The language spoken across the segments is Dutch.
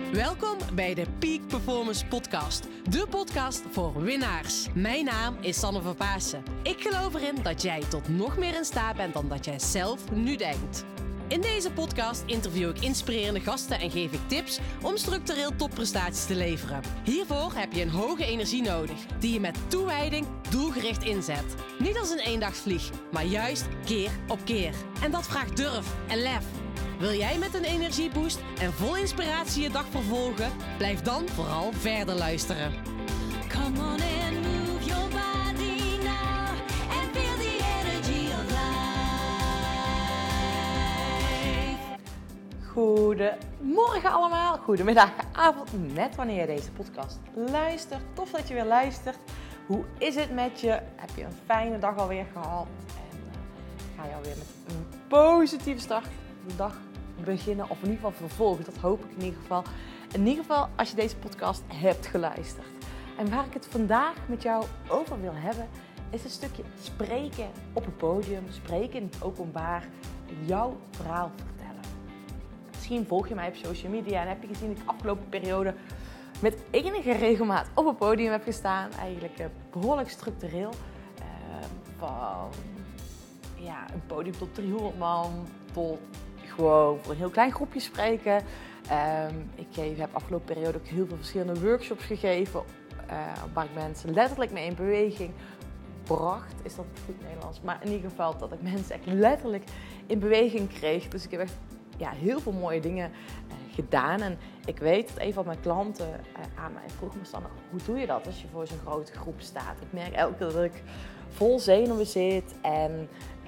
Welkom bij de Peak Performance Podcast. De podcast voor winnaars. Mijn naam is Sanne van Paassen. Ik geloof erin dat jij tot nog meer in staat bent dan dat jij zelf nu denkt. In deze podcast interview ik inspirerende gasten en geef ik tips om structureel topprestaties te leveren. Hiervoor heb je een hoge energie nodig, die je met toewijding doelgericht inzet. Niet als een eendagsvlieg, maar juist keer op keer. En dat vraagt durf en lef. Wil jij met een energieboost en vol inspiratie je dag vervolgen? Blijf dan vooral verder luisteren. Come on and move your body now and feel the energy of life. Goedemorgen allemaal, goedemiddag, avond, net wanneer je deze podcast luistert. Tof dat je weer luistert. Hoe is het met je? Heb je een fijne dag alweer gehad? En ga je alweer met een positieve start de dag beginnen, of in ieder geval vervolgen. Dat hoop ik in ieder geval. In ieder geval als je deze podcast hebt geluisterd. En waar ik het vandaag met jou over wil hebben, is een stukje spreken op het podium, spreken in het openbaar, jouw verhaal vertellen. Misschien volg je mij op social media en heb je gezien dat ik de afgelopen periode met enige regelmaat op het podium heb gestaan. Eigenlijk behoorlijk structureel. Van een podium tot 300 man, tot gewoon voor een heel klein groepje spreken. Ik heb afgelopen periode ook heel veel verschillende workshops gegeven. Waar ik mensen letterlijk mee in beweging bracht. Is dat goed Nederlands? Maar in ieder geval dat ik mensen echt letterlijk in beweging kreeg. Dus ik heb echt heel veel mooie dingen gedaan. En ik weet dat een van mijn klanten aan mij vroeg me dan, hoe doe je dat als je voor zo'n grote groep staat? Ik merk elke keer dat ik vol zenuwen zit. En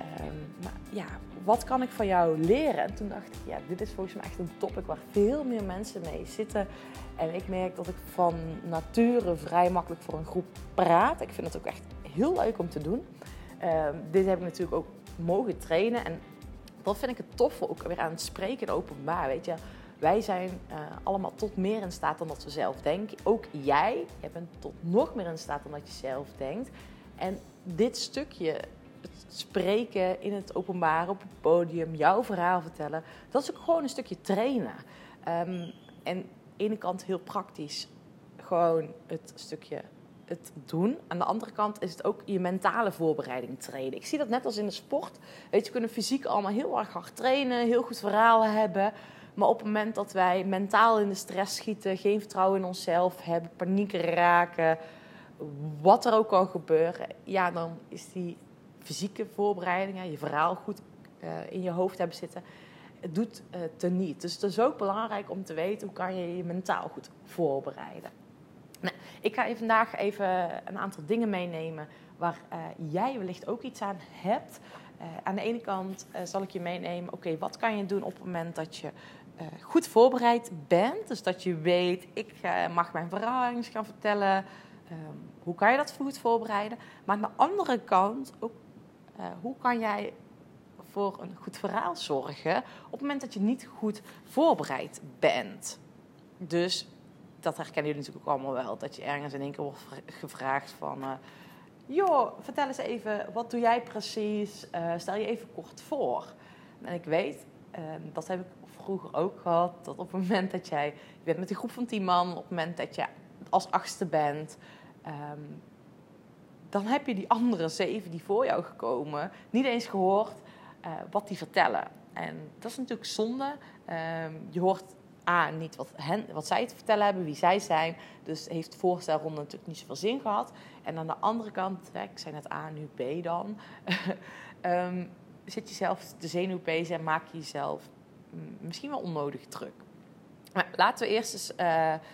wat kan ik van jou leren? En toen dacht ik, dit is volgens mij echt een topic waar veel meer mensen mee zitten. En ik merk dat ik van nature vrij makkelijk voor een groep praat. Ik vind het ook echt heel leuk om te doen. Dit heb ik natuurlijk ook mogen trainen. En dat vind ik het toffe ook weer aan het spreken in openbaar. Weet je, wij zijn allemaal tot meer in staat dan dat we zelf denken. Ook jij bent tot nog meer in staat dan dat je zelf denkt. En dit stukje, het spreken in het openbaar, op het podium, jouw verhaal vertellen, dat is ook gewoon een stukje trainen. En aan de ene kant heel praktisch, gewoon het stukje het doen. Aan de andere kant is het ook je mentale voorbereiding trainen. Ik zie dat net als in de sport. Weet je, we kunnen fysiek allemaal heel erg hard trainen, heel goed verhalen hebben. Maar op het moment dat wij mentaal in de stress schieten, geen vertrouwen in onszelf hebben, paniek raken, wat er ook kan gebeuren, dan is die fysieke voorbereiding, je verhaal goed in je hoofd hebben zitten, het doet teniet. Dus het is ook belangrijk om te weten hoe kan je je mentaal goed voorbereiden. Nou, ik ga je vandaag even een aantal dingen meenemen waar jij wellicht ook iets aan hebt. Aan de ene kant zal ik je meenemen, wat kan je doen op het moment dat je goed voorbereid bent. Dus dat je weet, ik mag mijn verhaal eens gaan vertellen. Hoe kan je dat goed voorbereiden? Maar aan de andere kant ook, hoe kan jij voor een goed verhaal zorgen op het moment dat je niet goed voorbereid bent? Dus dat herkennen jullie natuurlijk ook allemaal wel. Dat je ergens in één keer wordt gevraagd van, vertel eens even, wat doe jij precies? Stel je even kort voor. En ik weet, dat heb ik vroeger ook gehad, dat op het moment dat je bent met een groep van 10 man, op het moment dat je als 8e bent, dan heb je die andere 7 die voor jou gekomen niet eens gehoord wat die vertellen. En dat is natuurlijk zonde. Je hoort niet wat zij te vertellen hebben, wie zij zijn. Dus heeft de voorstelronde natuurlijk niet zoveel zin gehad. En aan de andere kant, ik zei net A, nu B dan, zit je zelf de zenuwpezen en maak je jezelf misschien wel onnodig druk. Maar laten we eerst eens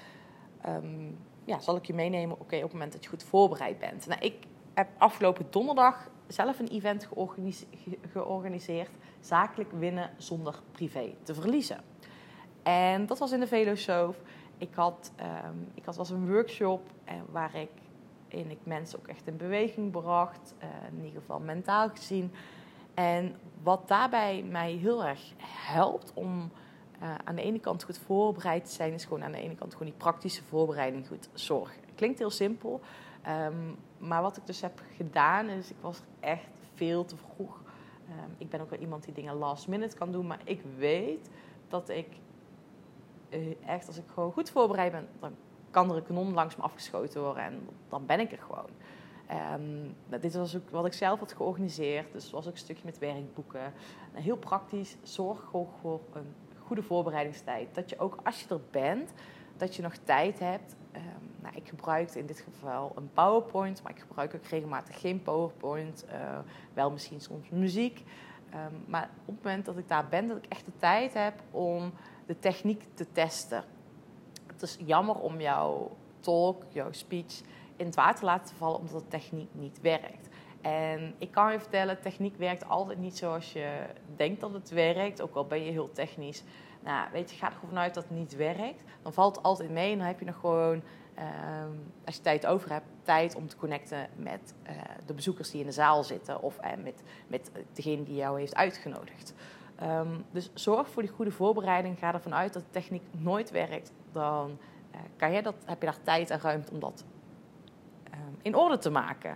zal ik je meenemen op het moment dat je goed voorbereid bent. Nou, ik heb afgelopen donderdag zelf een event georganiseerd. Zakelijk winnen zonder privé te verliezen. En dat was in de Veloshow. Ik was een workshop waarin ik mensen ook echt in beweging bracht. In ieder geval mentaal gezien. En wat daarbij mij heel erg helpt om aan de ene kant goed voorbereid te zijn, is gewoon aan de ene kant gewoon die praktische voorbereiding goed zorgen. Klinkt heel simpel, maar wat ik dus heb gedaan is, ik was echt veel te vroeg. Ik ben ook wel iemand die dingen last minute kan doen, maar ik weet dat ik echt, als ik gewoon goed voorbereid ben, dan kan er een kanon langs me afgeschoten worden en dan ben ik er gewoon. Dit was ook wat ik zelf had georganiseerd. Dus het was ook een stukje met werkboeken. Heel praktisch, zorg gewoon voor een goede voorbereidingstijd. Dat je ook als je er bent, dat je nog tijd hebt. Ik gebruikte in dit geval een PowerPoint, maar ik gebruik ook regelmatig geen PowerPoint. Wel misschien soms muziek. Maar op het moment dat ik daar ben, dat ik echt de tijd heb om de techniek te testen. Het is jammer om jouw talk, jouw speech in het water te laten vallen, omdat de techniek niet werkt. En ik kan je vertellen, techniek werkt altijd niet zoals je denkt dat het werkt. Ook al ben je heel technisch. Nou, weet je, ga er gewoon vanuit dat het niet werkt. Dan valt het altijd mee en dan heb je nog gewoon, als je tijd over hebt, tijd om te connecten met de bezoekers die in de zaal zitten. Of met degene die jou heeft uitgenodigd. Dus zorg voor die goede voorbereiding. Ga ervan uit dat de techniek nooit werkt. Dan heb je daar tijd en ruimte om dat in orde te maken.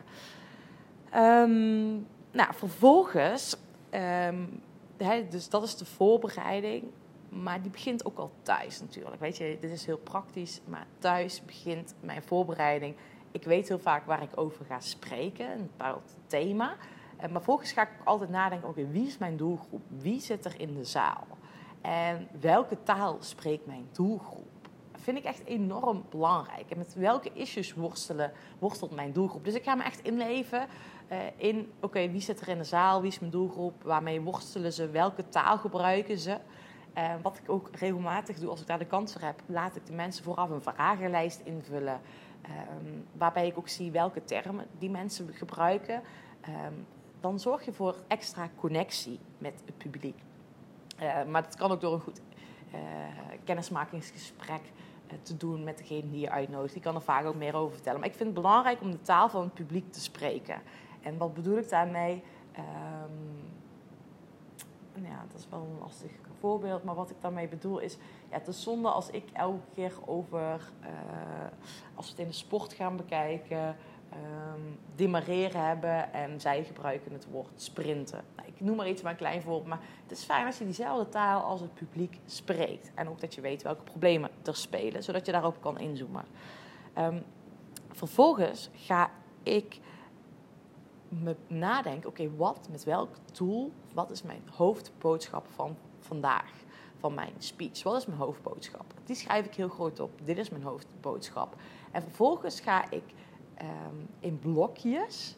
Vervolgens, dus dat is de voorbereiding. Maar die begint ook al thuis natuurlijk. Weet je, dit is heel praktisch. Maar thuis begint mijn voorbereiding. Ik weet heel vaak waar ik over ga spreken. Een bepaald thema. Maar vervolgens ga ik altijd nadenken. Oké, wie is mijn doelgroep? Wie zit er in de zaal? En welke taal spreekt mijn doelgroep? Dat vind ik echt enorm belangrijk. En met welke issues worstelt mijn doelgroep? Dus ik ga me echt inleven in... Oké, wie zit er in de zaal? Wie is mijn doelgroep? Waarmee worstelen ze? Welke taal gebruiken ze? Wat ik ook regelmatig doe als ik daar de kans voor heb, laat ik de mensen vooraf een vragenlijst invullen. Waarbij ik ook zie welke termen die mensen gebruiken. Dan zorg je voor extra connectie met het publiek. Maar dat kan ook door een goed kennismakingsgesprek te doen met degene die je uitnodigt. Die kan er vaak ook meer over vertellen. Maar ik vind het belangrijk om de taal van het publiek te spreken. En wat bedoel ik daarmee? Dat is wel een lastig voorbeeld. Maar wat ik daarmee bedoel is... Ja, het is zonde als ik elke keer als we het in de sport gaan bekijken... demareren hebben en zij gebruiken het woord sprinten. Nou, ik noem maar iets, maar een klein voorbeeld. Maar het is fijn als je diezelfde taal als het publiek spreekt. En ook dat je weet welke problemen er spelen, zodat je daarop kan inzoomen. Vervolgens ga ik me nadenken, oké, met welk doel, wat is mijn hoofdboodschap van vandaag, van mijn speech? Wat is mijn hoofdboodschap? Die schrijf ik heel groot op. Dit is mijn hoofdboodschap. En vervolgens ga ik in blokjes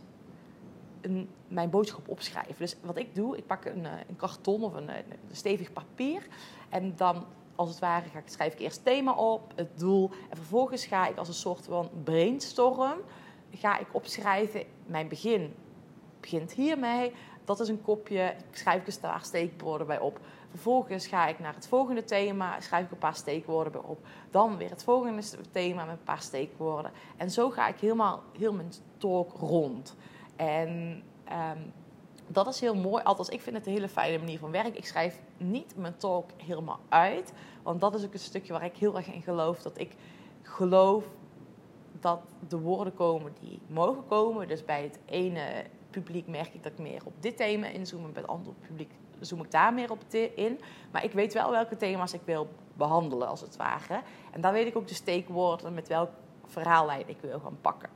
mijn boodschap opschrijven. Dus wat ik doe, ik pak een karton of een stevig papier. En dan, als het ware, schrijf ik eerst het thema op, het doel. En vervolgens ga ik als een soort van brainstorm, ga ik opschrijven, mijn begin begint hiermee. Dat is een kopje, schrijf ik een paar steekwoorden bij op. Vervolgens ga ik naar het volgende thema, schrijf ik een paar steekwoorden bij op. Dan weer het volgende thema met een paar steekwoorden. En zo ga ik heel mijn talk rond. En dat is heel mooi. Althans, ik vind het een hele fijne manier van werken. Ik schrijf niet mijn talk helemaal uit. Want dat is ook een stukje waar ik heel erg in geloof. Dat ik geloof dat de woorden komen die mogen komen. Dus bij het ene publiek merk ik dat ik meer op dit thema inzoom. En bij het andere publiek zoom ik daar meer op in. Maar ik weet wel welke thema's ik wil behandelen, als het ware. En dan weet ik ook de steekwoorden met welk verhaallijn ik wil gaan pakken.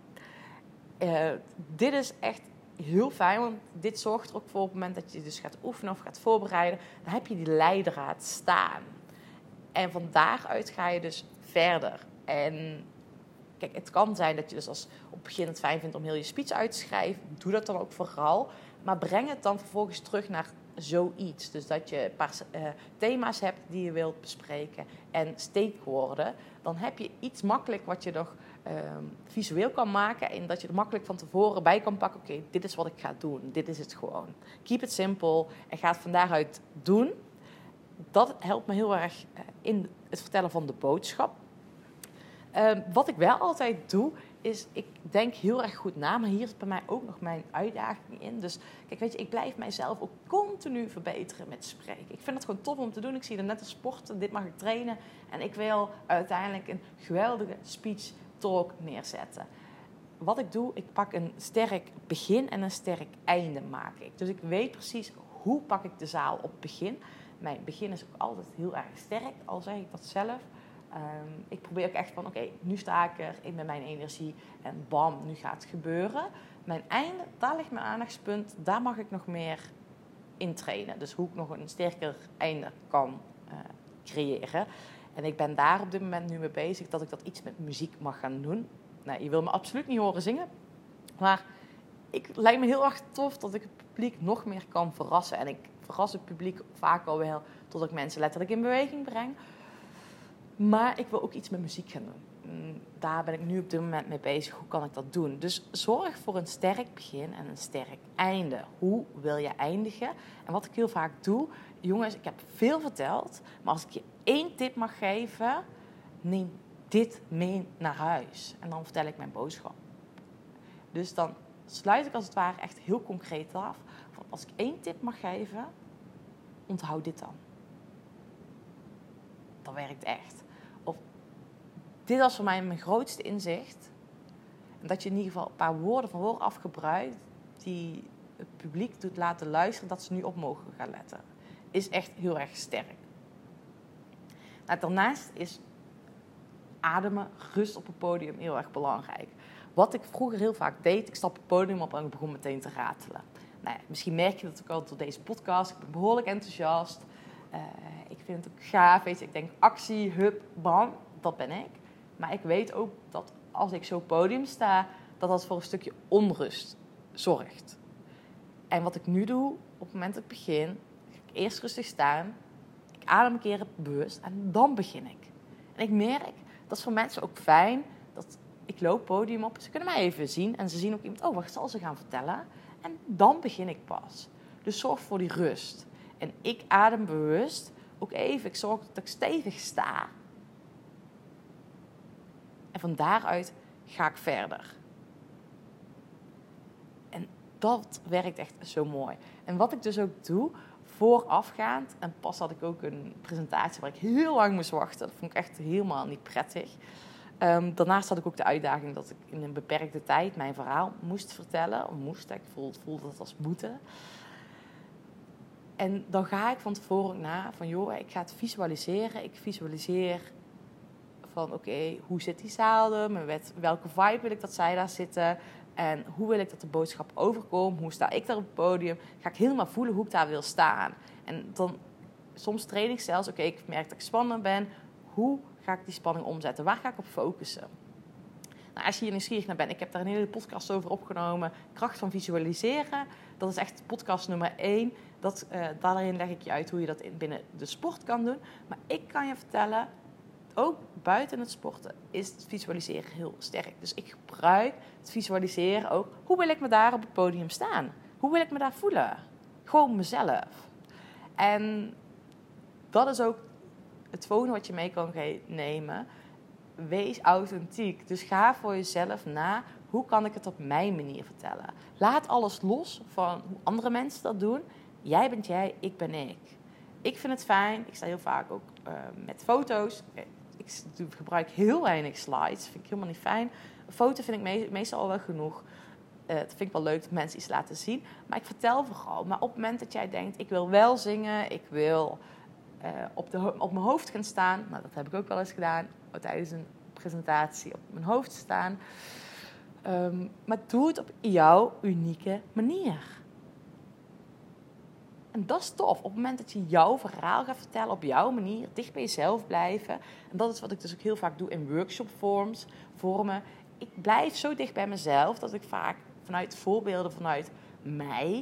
Dit is echt heel fijn, want dit zorgt er ook voor op het moment dat je dus gaat oefenen of gaat voorbereiden. Dan heb je die leidraad staan. En van daaruit ga je dus verder. En kijk, het kan zijn dat je dus op het begin het fijn vindt om heel je speech uit te schrijven. Doe dat dan ook vooral. Maar breng het dan vervolgens terug naar zoiets. Dus dat je een paar thema's hebt die je wilt bespreken en steekwoorden. Dan heb je iets makkelijk wat je nog visueel kan maken. En dat je er makkelijk van tevoren bij kan pakken. Oké, dit is wat ik ga doen. Dit is het gewoon. Keep it simple en ga het van daaruit doen. Dat helpt me heel erg in het vertellen van de boodschap. Wat ik wel altijd doe, is ik denk heel erg goed na. Maar hier is bij mij ook nog mijn uitdaging in. Dus kijk, weet je, ik blijf mijzelf ook continu verbeteren met spreken. Ik vind het gewoon tof om te doen. Ik zie het net als sporten. Dit mag ik trainen. En ik wil uiteindelijk een geweldige speech talk neerzetten. Wat ik doe, ik pak een sterk begin en een sterk einde maak ik. Dus ik weet precies hoe pak ik de zaal op begin. Mijn begin is ook altijd heel erg sterk, al zeg ik dat zelf. Ik probeer ook echt van, oké, nu sta ik er, ik ben mijn energie en bam, nu gaat het gebeuren. Mijn einde, daar ligt mijn aandachtspunt, daar mag ik nog meer in trainen. Dus hoe ik nog een sterker einde kan creëren. En ik ben daar op dit moment nu mee bezig dat ik dat iets met muziek mag gaan doen. Nou, je wil me absoluut niet horen zingen, maar het lijkt me heel erg tof dat ik het publiek nog meer kan verrassen. En ik verras het publiek vaak al wel tot ik mensen letterlijk in beweging breng. Maar ik wil ook iets met muziek gaan doen. Daar ben ik nu op dit moment mee bezig. Hoe kan ik dat doen? Dus zorg voor een sterk begin en een sterk einde. Hoe wil je eindigen? En wat ik heel vaak doe... Jongens, ik heb veel verteld. Maar als ik je 1 tip mag geven... Neem dit mee naar huis. En dan vertel ik mijn boodschap. Dus dan sluit ik als het ware echt heel concreet af. Van als ik 1 tip mag geven... Onthoud dit dan. Dat werkt echt. Of dit was voor mij mijn grootste inzicht. En dat je in ieder geval een paar woorden van vooraf gebruikt... die het publiek doet laten luisteren... dat ze nu op mogen gaan letten. Is echt heel erg sterk. Nou, daarnaast is ademen, rust op het podium heel erg belangrijk. Wat ik vroeger heel vaak deed... ik stap het podium op en ik begon meteen te ratelen. Nou ja, misschien merk je dat ook al door deze podcast. Ik ben behoorlijk enthousiast... ik vind het ook gaaf, weet je. Ik denk actie, hup, bam, dat ben ik. Maar ik weet ook dat als ik zo op het podium sta... dat voor een stukje onrust zorgt. En wat ik nu doe, op het moment dat ik begin... ga ik eerst rustig staan. Ik adem een keer bewust en dan begin ik. En ik merk, dat is voor mensen ook fijn... dat ik loop het podium op, ze kunnen mij even zien... en ze zien ook iemand, oh, wat zal ze gaan vertellen? En dan begin ik pas. Dus zorg voor die rust. En ik adem bewust... ook even, ik zorg dat ik stevig sta. En van daaruit ga ik verder. En dat werkt echt zo mooi. En wat ik dus ook doe, voorafgaand... en pas had ik ook een presentatie waar ik heel lang moest wachten. Dat vond ik echt helemaal niet prettig. Daarnaast had ik ook de uitdaging dat ik in een beperkte tijd... mijn verhaal moest vertellen. Ik voelde dat als moeten... En dan ga ik van tevoren na van, joh, ik ga het visualiseren. Ik visualiseer van, oké, hoe zit die zaal er? Met welke vibe wil ik dat zij daar zitten? En hoe wil ik dat de boodschap overkomt? Hoe sta ik daar op het podium? Ga ik helemaal voelen hoe ik daar wil staan. En dan, soms train ik zelfs, oké, ik merk dat ik spannend ben. Hoe ga ik die spanning omzetten? Waar ga ik op focussen? Nou, als je hier nieuwsgierig naar bent, ik heb daar een hele podcast over opgenomen. Kracht van visualiseren. Dat is echt podcast nummer 1. Daarin leg ik je uit hoe je dat binnen de sport kan doen. Maar ik kan je vertellen, ook buiten het sporten is het visualiseren heel sterk. Dus ik gebruik het visualiseren ook. Hoe wil ik me daar op het podium staan? Hoe wil ik me daar voelen? Gewoon mezelf. En dat is ook het volgende wat je mee kan nemen. Wees authentiek. Dus ga voor jezelf na. Hoe kan ik het op mijn manier vertellen? Laat alles los van hoe andere mensen dat doen. Jij bent jij, ik ben ik. Ik vind het fijn. Ik sta heel vaak ook met foto's. Ik gebruik heel weinig slides. Dat vind ik helemaal niet fijn. Een foto vind ik meestal al wel genoeg. Dat vind ik wel leuk dat mensen iets laten zien. Maar ik vertel vooral. Maar op het moment dat jij denkt, ik wil wel zingen. Ik wil op mijn hoofd gaan staan. Nou, dat heb ik ook wel eens gedaan. Tijdens een presentatie op mijn hoofd staan. Maar doe het op jouw unieke manier. En dat is tof. Op het moment dat je jouw verhaal gaat vertellen op jouw manier, dicht bij jezelf blijven. En dat is wat ik dus ook heel vaak doe in workshopvormen. Ik blijf zo dicht bij mezelf dat ik vaak vanuit voorbeelden vanuit mij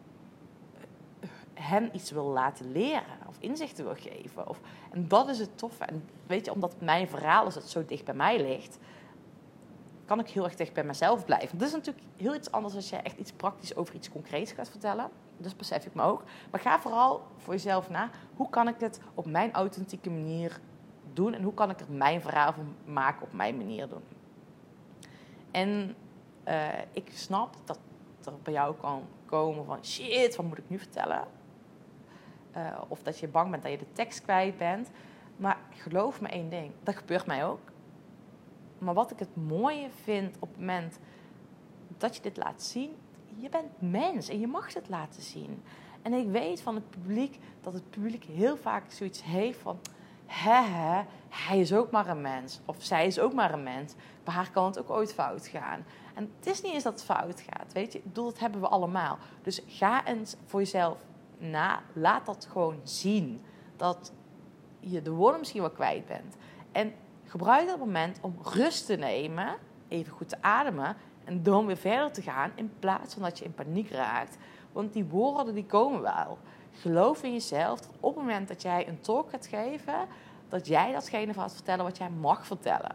hen iets wil laten leren of inzichten wil geven. En dat is het toffe. En weet je, omdat mijn verhaal is dat zo dicht bij mij ligt, kan ik heel erg dicht bij mezelf blijven. Dat is natuurlijk heel iets anders als je echt iets praktisch over iets concreets gaat vertellen. Dus besef ik me ook. Maar ga vooral voor jezelf na. Hoe kan ik het op mijn authentieke manier doen? En hoe kan ik er mijn verhaal van maken op mijn manier doen? En ik snap dat er bij jou kan komen van, shit, wat moet ik nu vertellen? Of dat je bang bent dat je de tekst kwijt bent. Maar geloof me één ding, dat gebeurt mij ook. Maar wat ik het mooie vind op het moment dat je dit laat zien, je bent mens en je mag het laten zien. En ik weet van het publiek dat het publiek heel vaak zoiets heeft van, hij is ook maar een mens. Of zij is ook maar een mens. Bij haar kan het ook ooit fout gaan. En het is niet eens dat het fout gaat. Weet je, ik bedoel, dat hebben we allemaal. Dus ga eens voor jezelf na. Laat dat gewoon zien. Dat je de woorden misschien wel kwijt bent. En gebruik dat moment om rust te nemen. Even goed te ademen. En dan weer verder te gaan. In plaats van dat je in paniek raakt. Want die woorden die komen wel. Geloof in jezelf. Dat op het moment dat jij een talk gaat geven, dat jij datgene gaat vertellen wat jij mag vertellen.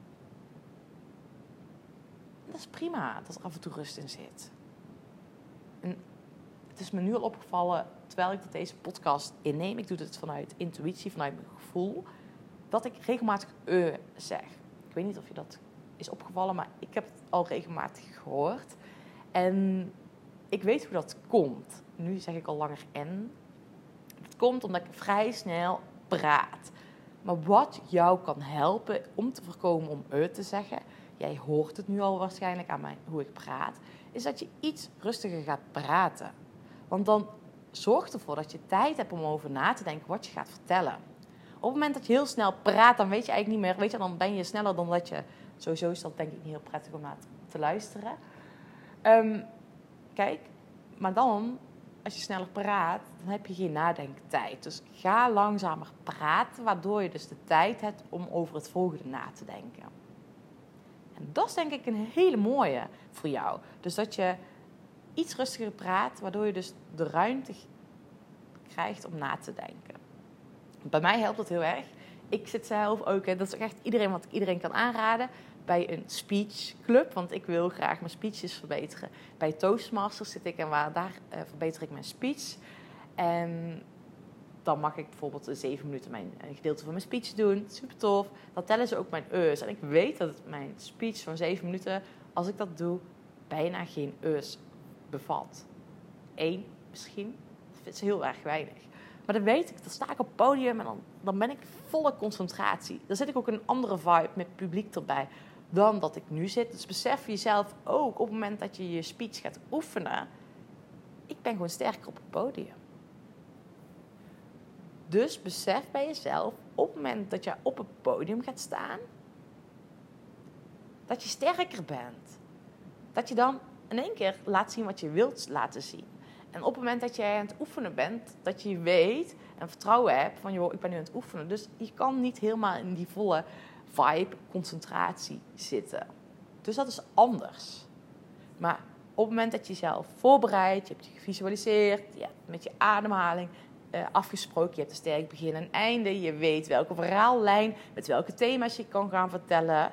Dat is prima, dat er af en toe rust in zit. En het is me nu al opgevallen, terwijl ik deze podcast inneem, ik doe het vanuit intuïtie, vanuit mijn gevoel, dat ik regelmatig zeg. Ik weet niet of je dat is opgevallen, maar ik heb het al regelmatig gehoord. En ik weet hoe dat komt. Nu zeg ik al langer en. Het komt omdat ik vrij snel praat. Maar wat jou kan helpen om te voorkomen om te zeggen, jij hoort het nu al waarschijnlijk aan mij, hoe ik praat, is dat je iets rustiger gaat praten. Want dan zorgt ervoor dat je tijd hebt om over na te denken wat je gaat vertellen. Op het moment dat je heel snel praat, dan weet je eigenlijk niet meer, weet je, dan ben je sneller dan dat je, sowieso is dat denk ik niet heel prettig om naar te luisteren. Kijk, maar dan, als je sneller praat, dan heb je geen nadenktijd. Dus ga langzamer praten, waardoor je dus de tijd hebt om over het volgende na te denken. En dat is denk ik een hele mooie voor jou. Dus dat je iets rustiger praat, waardoor je dus de ruimte krijgt om na te denken. Bij mij helpt dat heel erg. Ik zit zelf ook, dat is ook echt wat ik iedereen kan aanraden, bij een speechclub, want ik wil graag mijn speeches verbeteren. Bij Toastmasters zit ik en daar verbeter ik mijn speech. En dan mag ik bijvoorbeeld 7 minuten een gedeelte van mijn speech doen. Super tof. Dan tellen ze ook mijn eus. En ik weet dat mijn speech van 7 minuten, als ik dat doe, bijna geen eus bevat. 1 misschien. Dat is heel erg weinig. Maar dan weet ik, dan sta ik op het podium en dan ben ik volle concentratie. Dan zit ik ook in een andere vibe met publiek erbij dan dat ik nu zit. Dus besef jezelf ook op het moment dat je je speech gaat oefenen. Ik ben gewoon sterker op het podium. Dus besef bij jezelf, op het moment dat je op het podium gaat staan, dat je sterker bent. Dat je dan in één keer laat zien wat je wilt laten zien. En op het moment dat jij aan het oefenen bent, dat je weet en vertrouwen hebt van, joh, ik ben nu aan het oefenen. Dus je kan niet helemaal in die volle vibe, concentratie zitten. Dus dat is anders. Maar op het moment dat je jezelf voorbereidt, je hebt je gevisualiseerd, je hebt met je ademhaling afgesproken, je hebt een sterk begin en einde, je weet welke verhaallijn, met welke thema's je kan gaan vertellen.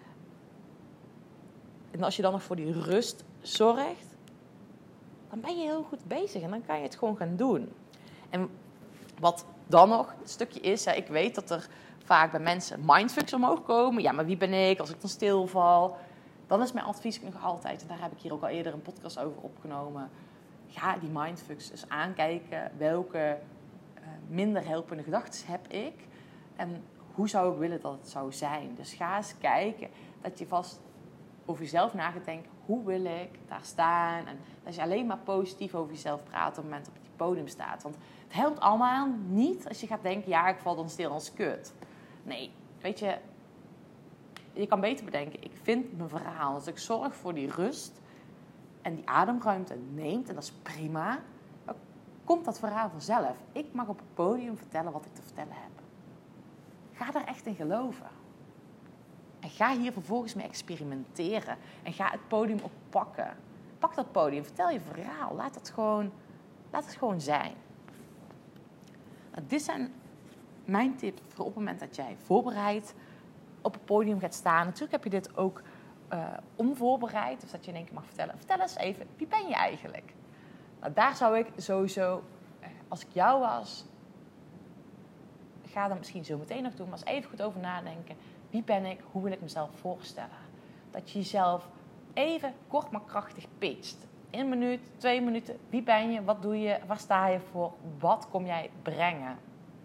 En als je dan nog voor die rust zorgt, dan ben je heel goed bezig en dan kan je het gewoon gaan doen. En wat dan nog een stukje is, ik weet dat er vaak bij mensen mindfucks omhoog komen. Ja, maar wie ben ik als ik dan stilval? Dan is mijn advies nog altijd, en daar heb ik hier ook al eerder een podcast over opgenomen, ga die mindfucks eens aankijken. Welke minder helpende gedachten heb ik? En hoe zou ik willen dat het zou zijn? Dus ga eens kijken dat je vast over jezelf na gaat denken. Hoe wil ik daar staan? En dat je alleen maar positief over jezelf praat op het moment dat je op het podium staat. Want het helpt allemaal niet als je gaat denken, ja, ik val dan stil als kut. Nee, weet je, je kan beter bedenken, ik vind mijn verhaal. Als ik zorg voor die rust en die ademruimte neemt, en dat is prima, dan komt dat verhaal vanzelf. Ik mag op het podium vertellen wat ik te vertellen heb. Ga daar echt in geloven. En ga hier vervolgens mee experimenteren. En ga het podium ook pakken. Pak dat podium, vertel je verhaal. Laat het gewoon zijn. Nou, dit zijn mijn tips voor op het moment dat jij voorbereid op het podium gaat staan. Natuurlijk heb je dit ook onvoorbereid. Dus dat je in één keer mag vertellen. Vertel eens even, wie ben je eigenlijk? Nou, daar zou ik sowieso, als ik jou was, ga dat misschien zo meteen nog doen, maar eens even goed over nadenken. Wie ben ik? Hoe wil ik mezelf voorstellen? Dat je jezelf even kort maar krachtig pitcht. 1 minuut, 2 minuten. Wie ben je? Wat doe je? Waar sta je voor? Wat kom jij brengen?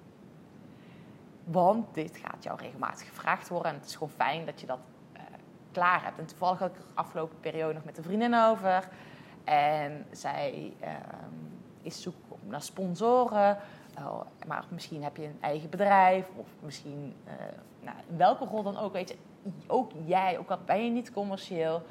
Want dit gaat jou regelmatig gevraagd worden. En het is gewoon fijn dat je dat klaar hebt. En toevallig had ik er de afgelopen periode nog met een vriendin over. En zij is zoek naar sponsoren Maar misschien heb je een eigen bedrijf. Of misschien, in welke rol dan ook. Weet je, ook jij, ook al ben je niet commercieel.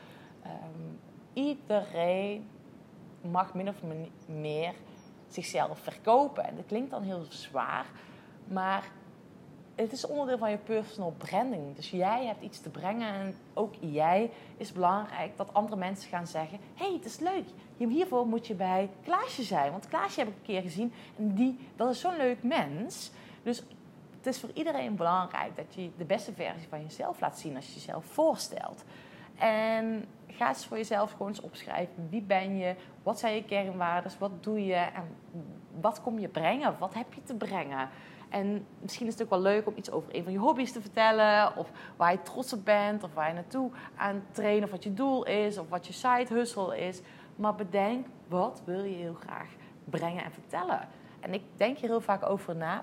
Iedereen mag min of meer zichzelf verkopen. En dat klinkt dan heel zwaar. Maar het is onderdeel van je personal branding. Dus jij hebt iets te brengen. En ook jij is belangrijk dat andere mensen gaan zeggen... hey, het is leuk. Hiervoor moet je bij Klaasje zijn. Want Klaasje heb ik een keer gezien. En dat is zo'n leuk mens. Dus het is voor iedereen belangrijk dat je de beste versie van jezelf laat zien als je jezelf voorstelt. En ga eens voor jezelf gewoon eens opschrijven. Wie ben je? Wat zijn je kernwaarden? Wat doe je? En wat kom je brengen? Wat heb je te brengen? En misschien is het ook wel leuk om iets over een van je hobby's te vertellen. Of waar je trots op bent. Of waar je naartoe aan het trainen. Of wat je doel is. Of wat je side hustle is. Maar bedenk, wat wil je heel graag brengen en vertellen? En ik denk hier heel vaak over na.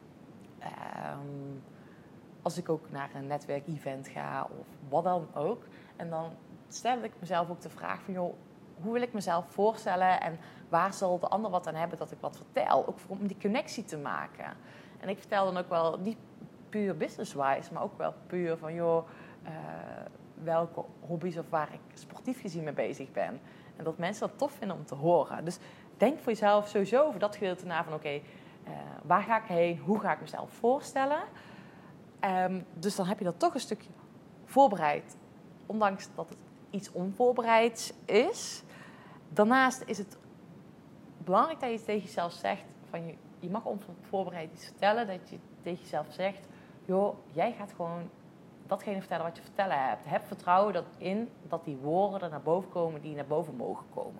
Als ik ook naar een netwerkevent ga. Of wat dan ook. En dan stel ik mezelf ook de vraag van... joh, hoe wil ik mezelf voorstellen? En waar zal de ander wat aan hebben dat ik wat vertel? Ook om die connectie te maken. En ik vertel dan ook wel, niet puur business-wise... maar ook wel puur van... joh, welke hobby's of waar ik sportief gezien mee bezig ben. En dat mensen dat tof vinden om te horen. Dus denk voor jezelf sowieso over dat gedeelte na van... oké, waar ga ik heen? Hoe ga ik mezelf voorstellen? Dus dan heb je dat toch een stukje voorbereid... ondanks dat het iets onvoorbereids is. Daarnaast is het belangrijk dat je tegen jezelf zegt... van je mag onvoorbereid iets vertellen. Dat je tegen jezelf zegt... joh, jij gaat gewoon datgene vertellen wat je vertellen hebt. Heb vertrouwen dat die woorden er naar boven komen... die naar boven mogen komen.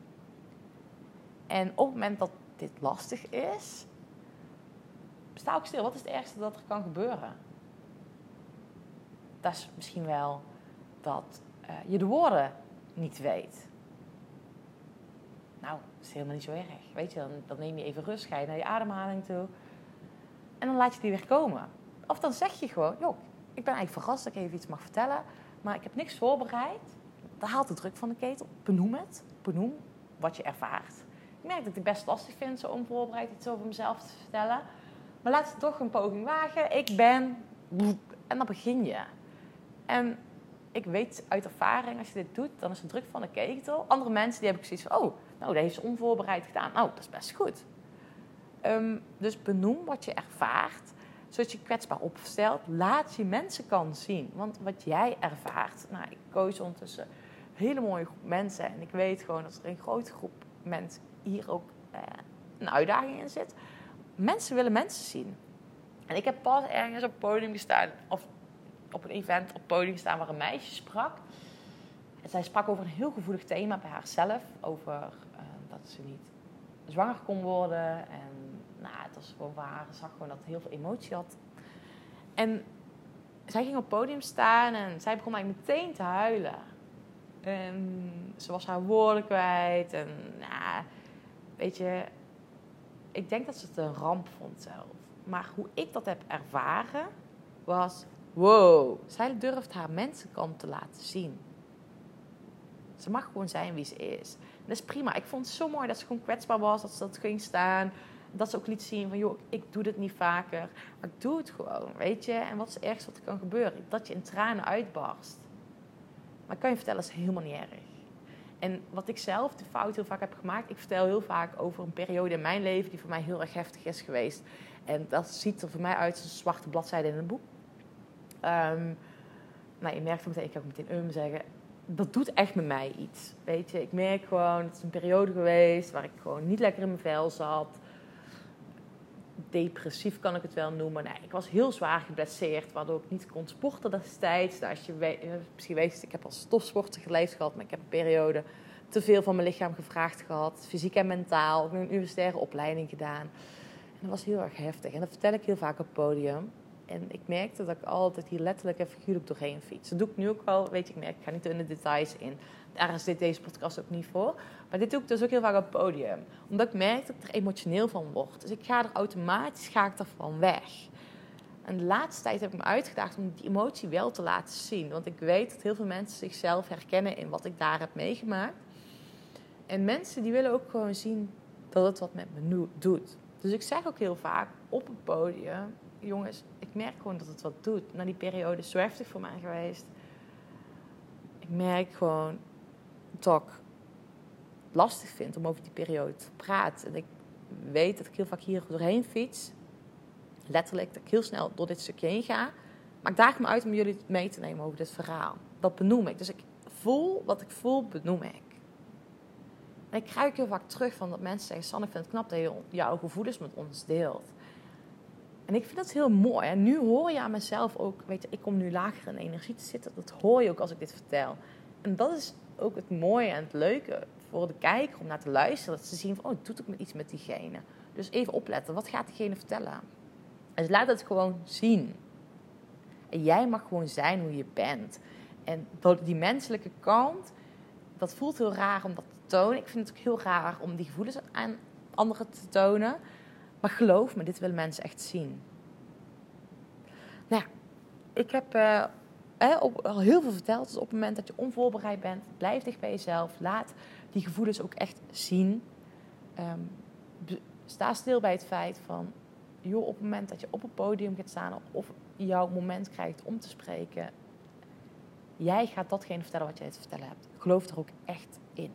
En op het moment dat dit lastig is... sta ook stil. Wat is het ergste dat er kan gebeuren? Dat is misschien wel... dat je de woorden niet weet. Nou, dat is helemaal niet zo erg. Weet je, dan neem je even rust, ga je naar je ademhaling toe. En dan laat je die weer komen. Of dan zeg je gewoon, joh, ik ben eigenlijk verrast dat ik even iets mag vertellen. Maar ik heb niks voorbereid. Dat haalt de druk van de ketel. Benoem het. Benoem wat je ervaart. Ik merk dat ik het best lastig vind, zo onvoorbereid iets over mezelf te vertellen. Maar laat het toch een poging wagen. Ik ben... En dan begin je. En... ik weet uit ervaring, als je dit doet, dan is de druk van de ketel. Andere mensen die hebben zoiets van, oh, nou, dat heeft ze onvoorbereid gedaan. Nou, dat is best goed. Dus benoem wat je ervaart, zodat je kwetsbaar opstelt. Laat je mensenkant zien. Want wat jij ervaart, nou, ik coach ondertussen een hele mooie groep mensen. En ik weet gewoon dat er een grote groep mensen hier ook een uitdaging in zit. Mensen willen mensen zien. En ik heb pas ergens op het podium gestaan, of op een event op het podium staan waar een meisje sprak. En zij sprak over een heel gevoelig thema bij haarzelf. Over dat ze niet zwanger kon worden. En het was gewoon waar. Ze zag gewoon dat ze heel veel emotie had. En zij ging op het podium staan en zij begon eigenlijk meteen te huilen. En ze was haar woorden kwijt. En weet je, ik denk dat ze het een ramp vond zelf. Maar hoe ik dat heb ervaren was... wow, zij durft haar mensenkant te laten zien. Ze mag gewoon zijn wie ze is. En dat is prima. Ik vond het zo mooi dat ze gewoon kwetsbaar was. Dat ze dat ging staan. Dat ze ook liet zien van, joh, ik doe dit niet vaker. Maar ik doe het gewoon, weet je. En wat is het ergste wat er kan gebeuren? Dat je in tranen uitbarst. Maar ik kan je vertellen, dat is helemaal niet erg. En wat ik zelf de fout heel vaak heb gemaakt... ik vertel heel vaak over een periode in mijn leven... die voor mij heel erg heftig is geweest. En dat ziet er voor mij uit als een zwarte bladzijde in een boek. Je merkt meteen, ik kan ook meteen zeggen... dat doet echt met mij iets. Weet je, ik merk gewoon, het is een periode geweest... waar ik gewoon niet lekker in mijn vel zat. Depressief kan ik het wel noemen. Nee, ik was heel zwaar geblesseerd... waardoor ik niet kon sporten destijds. Nou, als je misschien weet, ik heb als topsporter geleefd gehad... maar ik heb een periode te veel van mijn lichaam gevraagd gehad. Fysiek en mentaal. Ik heb een universitaire opleiding gedaan. En dat was heel erg heftig. En dat vertel ik heel vaak op het podium... En ik merkte dat ik altijd hier letterlijk en figuurlijk doorheen fiets. Dat doe ik nu ook wel. Weet je, ik ga niet in de details in. Daar is deze podcast ook niet voor. Maar dit doe ik dus ook heel vaak op het podium. Omdat ik merk dat ik er emotioneel van word. Dus ik ga er automatisch ervan weg. En de laatste tijd heb ik me uitgedaagd om die emotie wel te laten zien. Want ik weet dat heel veel mensen zichzelf herkennen in wat ik daar heb meegemaakt. En mensen die willen ook gewoon zien dat het wat met me doet. Dus ik zeg ook heel vaak op het podium, jongens, ik merk gewoon dat het wat doet. Na die periode is zo heftig voor mij geweest. Ik merk gewoon dat ik het lastig vind om over die periode te praten. En ik weet dat ik heel vaak hier doorheen fiets. Letterlijk, dat ik heel snel door dit stukje heen ga. Maar ik daag me uit om jullie mee te nemen over dit verhaal. Dat benoem ik. Dus ik voel wat ik voel, benoem ik. En ik krijg ook heel vaak terug van dat mensen zeggen, Sanne, ik vind het knap dat je jouw gevoelens met ons deelt. En ik vind dat heel mooi. En nu hoor je aan mezelf ook, weet je, ik kom nu lager in energie te zitten. Dat hoor je ook als ik dit vertel. En dat is ook het mooie en het leuke voor de kijker om naar te luisteren. Dat ze zien van, het doet ook iets met diegene. Dus even opletten, wat gaat diegene vertellen? Dus laat het gewoon zien. En jij mag gewoon zijn hoe je bent. En die menselijke kant, dat voelt heel raar om dat te tonen. Ik vind het ook heel raar om die gevoelens aan anderen te tonen. Maar geloof me, dit willen mensen echt zien. Nou ja, ik heb al heel veel verteld. Dus op het moment dat je onvoorbereid bent, blijf dicht bij jezelf. Laat die gevoelens ook echt zien. Sta stil bij het feit van, joh, op het moment dat je op het podium gaat staan of jouw moment krijgt om te spreken, jij gaat datgene vertellen wat jij te vertellen hebt. Geloof er ook echt in.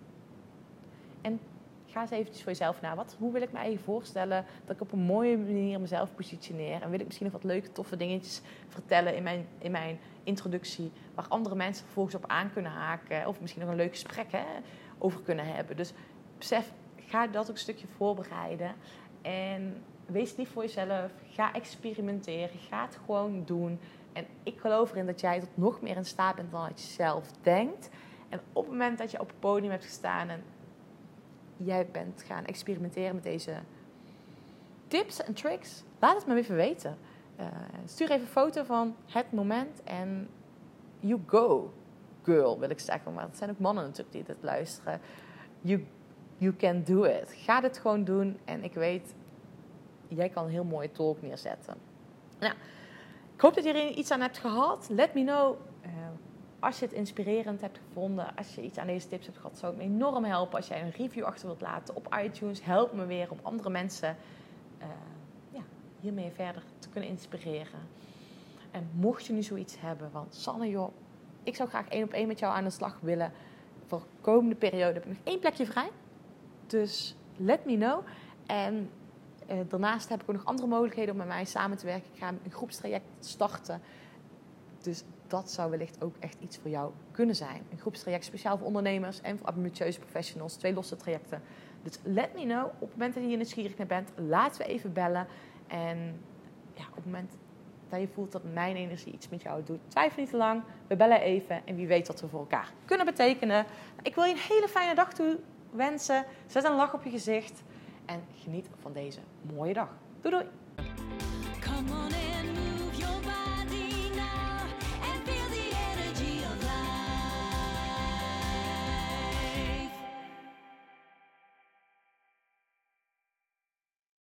En ga eens eventjes voor jezelf na. Hoe wil ik me even voorstellen dat ik op een mooie manier mezelf positioneer? En wil ik misschien nog wat leuke, toffe dingetjes vertellen in mijn introductie, waar andere mensen vervolgens op aan kunnen haken. Of misschien nog een leuk gesprek over kunnen hebben. Dus besef, ga dat ook een stukje voorbereiden. En wees lief voor jezelf. Ga experimenteren. Ga het gewoon doen. En ik geloof erin dat jij tot nog meer in staat bent dan dat je zelf denkt. En op het moment dat je op het podium hebt gestaan en jij bent gaan experimenteren met deze tips en tricks, laat het me even weten. Stuur even een foto van het moment en you go, girl, wil ik zeggen. Maar het zijn ook mannen natuurlijk die dit luisteren. You can do it. Ga dit gewoon doen en ik weet, jij kan een heel mooie talk neerzetten. Nou, ik hoop dat je er iets aan hebt gehad. Let me know. Als je het inspirerend hebt gevonden, als je iets aan deze tips hebt gehad, zou het me enorm helpen als jij een review achter wilt laten op iTunes. Help me weer om andere mensen hiermee verder te kunnen inspireren. En mocht je nu zoiets hebben van, Sanne joh, ik zou graag 1-op-1 met jou aan de slag willen. Voor de komende periode heb ik nog 1 plekje vrij. Dus let me know. En daarnaast heb ik ook nog andere mogelijkheden om met mij samen te werken. Ik ga een groepstraject starten. Dus dat zou wellicht ook echt iets voor jou kunnen zijn. Een groepstraject speciaal voor ondernemers en voor ambitieuze professionals. 2 losse trajecten. Dus let me know. Op het moment dat je hier nieuwsgierig naar bent, laten we even bellen. En ja, op het moment dat je voelt dat mijn energie iets met jou doet, twijfel niet te lang. We bellen even en wie weet wat we voor elkaar kunnen betekenen. Ik wil je een hele fijne dag wensen. Zet een lach op je gezicht en geniet van deze mooie dag. Doei doei!